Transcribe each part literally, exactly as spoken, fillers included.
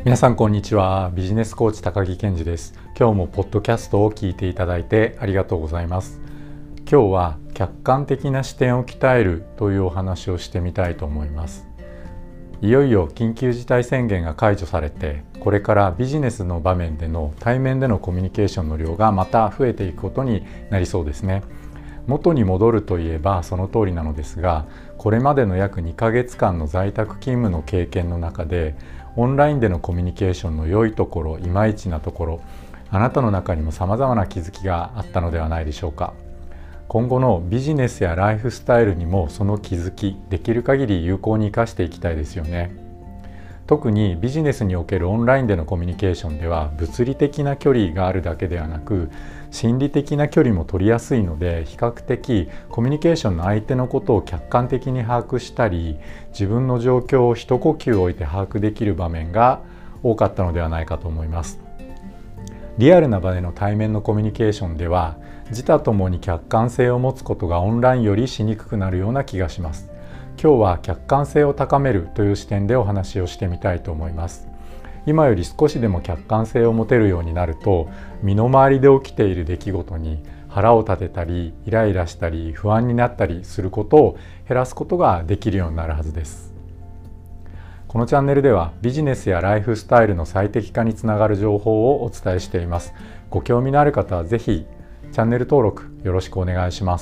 皆さんこんにちは。ビジネスコーチ高木健二です。今日もポッドキャストを聞いていただいてありがとうございます。今日は客観的な視点を鍛えるというお話をしてみたいと思います。いよいよ緊急事態宣言が解除されて、これからビジネスの場面での対面でのコミュニケーションの量がまた増えていくことになりそうですね。元に戻るといえばその通りなのですが、これまでの約にかげつかんの在宅勤務の経験の中で、オンラインでのコミュニケーションの良いところ、いまいちなところ、あなたの中にも様々な気づきがあったのではないでしょうか。今後のビジネスやライフスタイルにもその気づき、できる限り有効に生かしていきたいですよね。特にビジネスにおけるオンラインでのコミュニケーションでは、物理的な距離があるだけではなく、心理的な距離も取りやすいので、比較的コミュニケーションの相手のことを客観的に把握したり、自分の状況を一呼吸置いて把握できる場面が多かったのではないかと思います。リアルな場での対面のコミュニケーションでは、自他ともに客観性を持つことがオンラインよりしにくくなるような気がします。今日は客観性を高めるという視点でお話をしてみたいと思います。今より少しでも客観性を持てるようになると、身の回りで起きている出来事に腹を立てたり、イライラしたり、不安になったりすることを減らすことができるようになるはずです。このチャンネルではビジネスやライフスタイルの最適化につながる情報をお伝えしています。ご興味のある方はぜひチャンネル登録よろしくお願いします。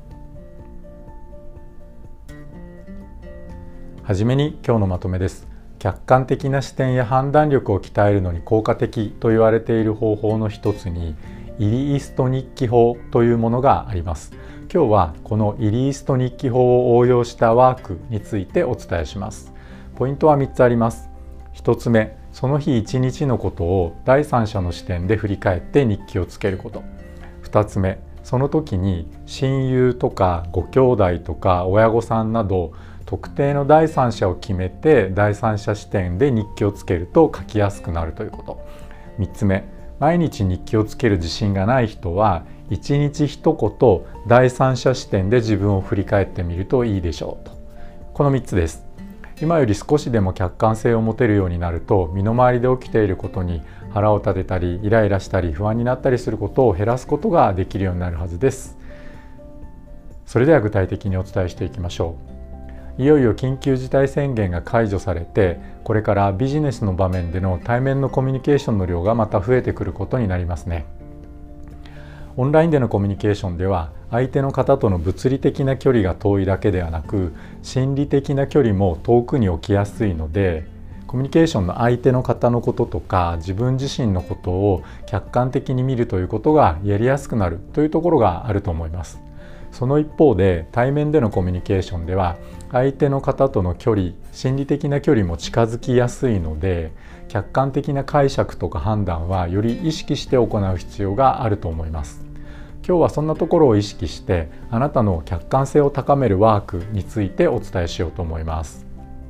はじめに今日のまとめです。客観的な視点や判断力を鍛えるのに効果的と言われている方法の一つに、イリイスト日記法というものがあります。今日はこのイリイスト日記法を応用したワークについてお伝えします。ポイントはみっつあります。ひとつめ、その日一日のことを第三者の視点で振り返って日記をつけること。ふたつめ、その時に親友とかご兄弟とか親御さんなど特定の第三者を決めて第三者視点で日記をつけると書きやすくなるということ。みっつめ、毎日日記をつける自信がない人はいちにち一言第三者視点で自分を振り返ってみるといいでしょうと。このみっつです。今より少しでも客観性を持てるようになると、身の回りで起きていることに腹を立てたりイライラしたり不安になったりすることを減らすことができるようになるはずです。それでは具体的にお伝えしていきましょう。いよいよ緊急事態宣言が解除されて、これからビジネスの場面での対面のコミュニケーションの量がまた増えてくることになりますね。オンラインでのコミュニケーションでは、相手の方との物理的な距離が遠いだけではなく、心理的な距離も遠くに置きやすいので、コミュニケーションの相手の方のこととか自分自身のことを客観的に見るということがやりやすくなるというところがあると思います。その一方で、対面でのコミュニケーションでは相手の方との距離、心理的な距離も近づきやすいので、客観的な解釈とか判断はより意識して行う必要があると思います。今日はそんなところを意識して、あなたの客観性を高めるワークについてお伝えしようと思います。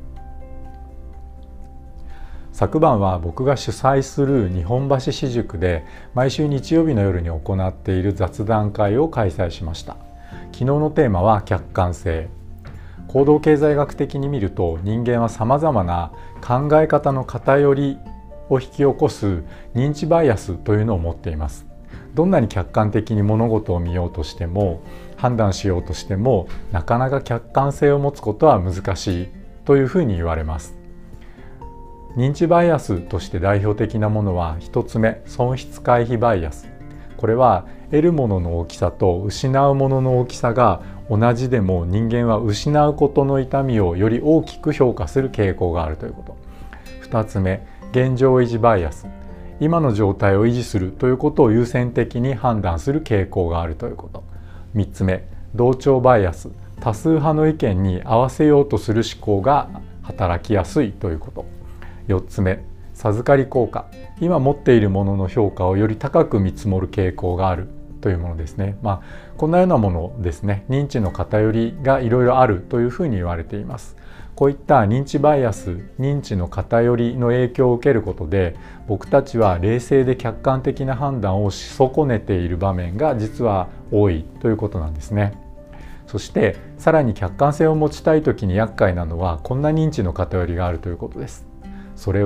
昨晩は僕が主催する日本橋私塾で毎週日曜日の夜に行っている雑談会を開催しました。昨日のテーマは客観性。行動経済学的に見ると、人間はさまざまな考え方の偏りを引き起こす認知バイアスというのを持っています。どんなに客観的に物事を見ようとしても、判断しようとしても、なかなか客観性を持つことは難しいというふうに言われます。認知バイアスとして代表的なものは、ひとつめ、損失回避バイアス。これは得るものの大きさと失うものの大きさが同じでも、人間は失うことの痛みをより大きく評価する傾向があるということ。ふたつめ、現状維持バイアス。今の状態を維持するということを優先的に判断する傾向があるということ。みっつめ、同調バイアス。多数派の意見に合わせようとする思考が働きやすいということ。よっつめ、授かり効果。今持っているものの評価をより高く見積もる傾向があるというものですね。まあ、こんなようなものですね。認知の偏りがいろいろあるというふうに言われています。こういった認知バイアス、認知の偏りの影響を受けることで、僕たちは冷静で客観的な判断をし損ねている場面が実は多いということなんですね。そしてさらに客観性を持ちたい時に厄介なのは、こんな認知の偏りがあるということです。それは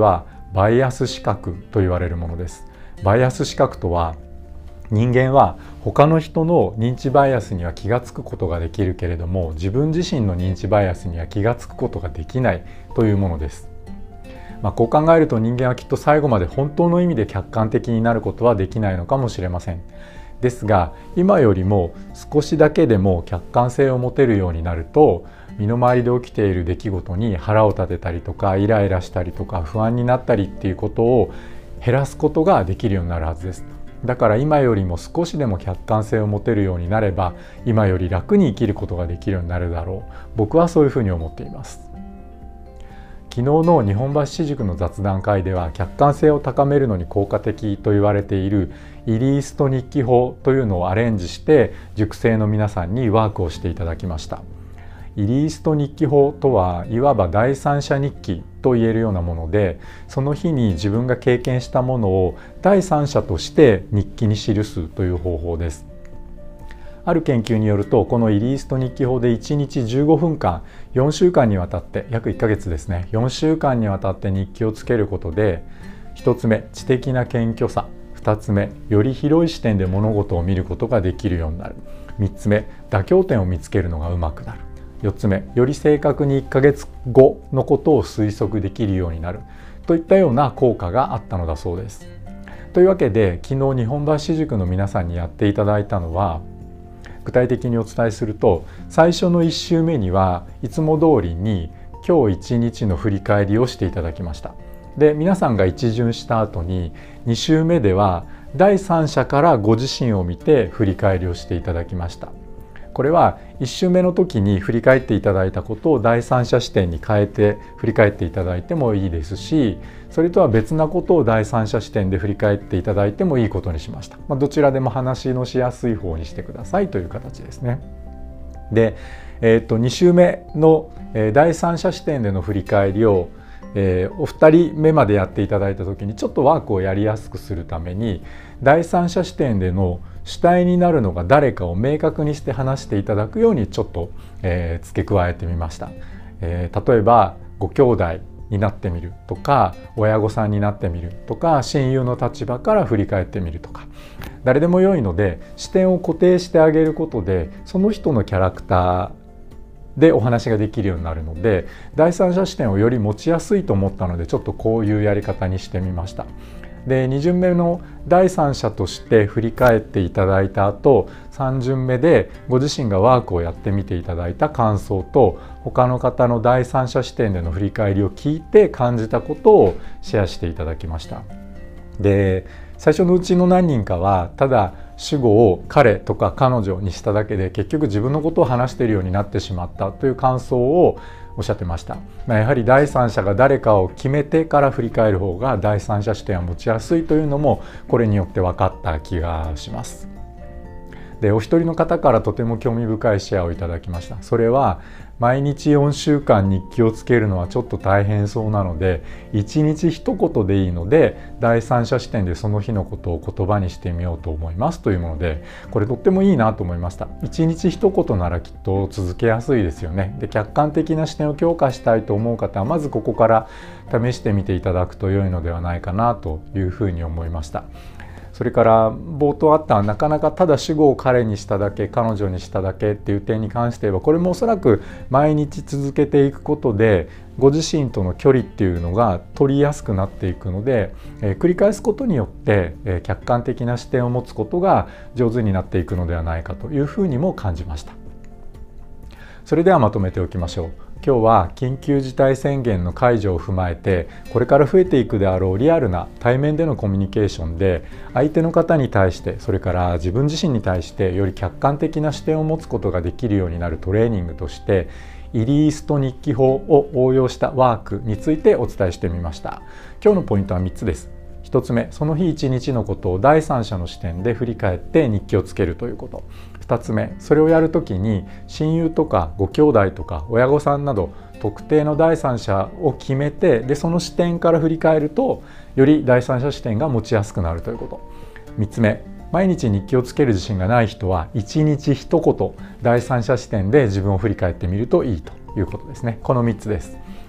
バイアス視覚と言われるものです。バイアス視覚とは、人間は他の人の認知バイアスには気がつくことができるけれども、自分自身の認知バイアスには気がつくことができないというものです。まあ、こう考えると人間はきっと最後まで本当の意味で客観的になることはできないのかもしれません。ですが、今よりも少しだけでも客観性を持てるようになると、身の回りで起きている出来事に腹を立てたりとか、イライラしたりとか、不安になったりっていうことを減らすことができるようになるはずです。だから今よりも少しでも客観性を持てるようになれば、今より楽に生きることができるようになるだろう。僕はそういうふうに思っています。昨日の日本橋私塾の雑談会では、客観性を高めるのに効果的と言われているイリースト日記法というのをアレンジして塾生の皆さんにワークをしていただきました。イリースト日記法とはいわば第三者日記と言えるようなもので、その日に自分が経験したものを第三者として日記に記すという方法です。ある研究によると、このイリースト日記法でいちにちじゅうごふんかん、よんしゅうかんにわたって、約いっかげつですね、よんしゅうかんにわたって日記をつけることで、ひとつめ、知的な謙虚さ、ふたつめ、より広い視点で物事を見ることができるようになる、みっつめ、妥協点を見つけるのがうまくなる、よっつめ、より正確にいっかげつごのことを推測できるようになるといったような効果があったのだそうです。というわけで、昨日日本橋塾の皆さんにやっていただいたのは、具体的にお伝えすると、最初のいっ週目にはいつも通りに今日いちにちの振り返りをしていただきました。で、皆さんが一巡した後にに週目では第三者からご自身を見て振り返りをしていただきました。これはいっ週目の時に振り返っていただいたことを第三者視点に変えて振り返っていただいてもいいですし、それとは別なことを第三者視点で振り返っていただいてもいいことにしました。まあ、どちらでも話のしやすい方にしてくださいという形ですね。で、えー、とに週目の、えー、第三者視点での振り返りを、えー、お二人目までやっていただいた時にちょっとワークをやりやすくするために、第三者視点での主体になるのが誰かを明確にして話していただくようにちょっと、えー、付け加えてみました。えー、例えばご兄弟になってみるとか、親御さんになってみるとか、親友の立場から振り返ってみるとか、誰でも良いので視点を固定してあげることで、その人のキャラクターでお話ができるようになるので、第三者視点をより持ちやすいと思ったので、ちょっとこういうやり方にしてみました。で、に巡目の第三者として振り返っていただいた後、さん巡目でご自身がワークをやってみていただいた感想と、他の方の第三者視点での振り返りを聞いて感じたことをシェアしていただきました。で、最初のうちの何人かはただ主語を彼とか彼女にしただけで、結局自分のことを話しているようになってしまったという感想をおっしゃってました。やはり第三者が誰かを決めてから振り返る方が第三者視点を持ちやすいというのもこれによって分かった気がします。で、お一人の方からとても興味深いシェアをいただきました。それは、毎日よんしゅうかん日記をつけるのはちょっと大変そうなので、いちにち一言でいいので第三者視点でその日のことを言葉にしてみようと思いますというもので、これとってもいいなと思いました。いちにち一言ならきっと続けやすいですよね。で、客観的な視点を強化したいと思う方はまずここから試してみていただくと良いのではないかなというふうに思いました。それから冒頭あったなかなかただ主語を彼にしただけ彼女にしただけっていう点に関して言えば、これもおそらく毎日続けていくことでご自身との距離っていうのが取りやすくなっていくので、えー、繰り返すことによって、えー、客観的な視点を持つことが上手になっていくのではないかというふうにも感じました。それではまとめておきましょう。今日は緊急事態宣言の解除を踏まえて、これから増えていくであろうリアルな対面でのコミュニケーションで、相手の方に対して、それから自分自身に対してより客観的な視点を持つことができるようになるトレーニングとして、イリースト日記法を応用したワークについてお伝えしてみました。今日のポイントはみっつです。ひとつめ、その日一日のことを第三者の視点で振り返って日記をつけるということ。ふたつめ、それをやるときに親友とかご兄弟とか親御さんなど特定の第三者を決めて、でその視点から振り返るとより第三者視点が持ちやすくなるということ。みっつめ、毎日日記をつける自信がない人はいちにち一言第三者視点で自分を振り返ってみるといいということですね。このみっつです。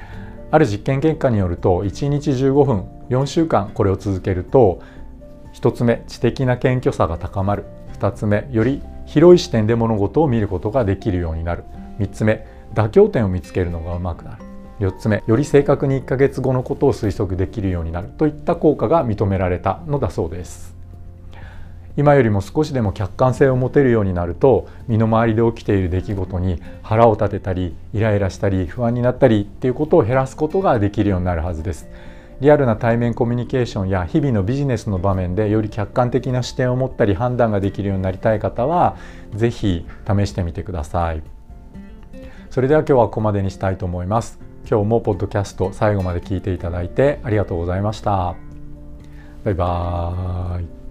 ある実験結果によるといちにちじゅうごふんよんしゅうかんこれを続けると、ひとつめ知的な謙虚さが高まる、ふたつめより広い視点で物事を見ることができるようになる、みっつめ妥協点を見つけるのがうまくなる、よっつめより正確にいっかげつごのことを推測できるようになるといった効果が認められたのだそうです。今よりも少しでも客観性を持てるようになると、身の回りで起きている出来事に腹を立てたりイライラしたり不安になったりっていうことを減らすことができるようになるはずです。リアルな対面コミュニケーションや日々のビジネスの場面でより客観的な視点を持ったり判断ができるようになりたい方は是非試してみてください。それでは今日はここまでにしたいと思います。今日もポッドキャスト最後まで聞いていただいてありがとうございました。バイバーイ。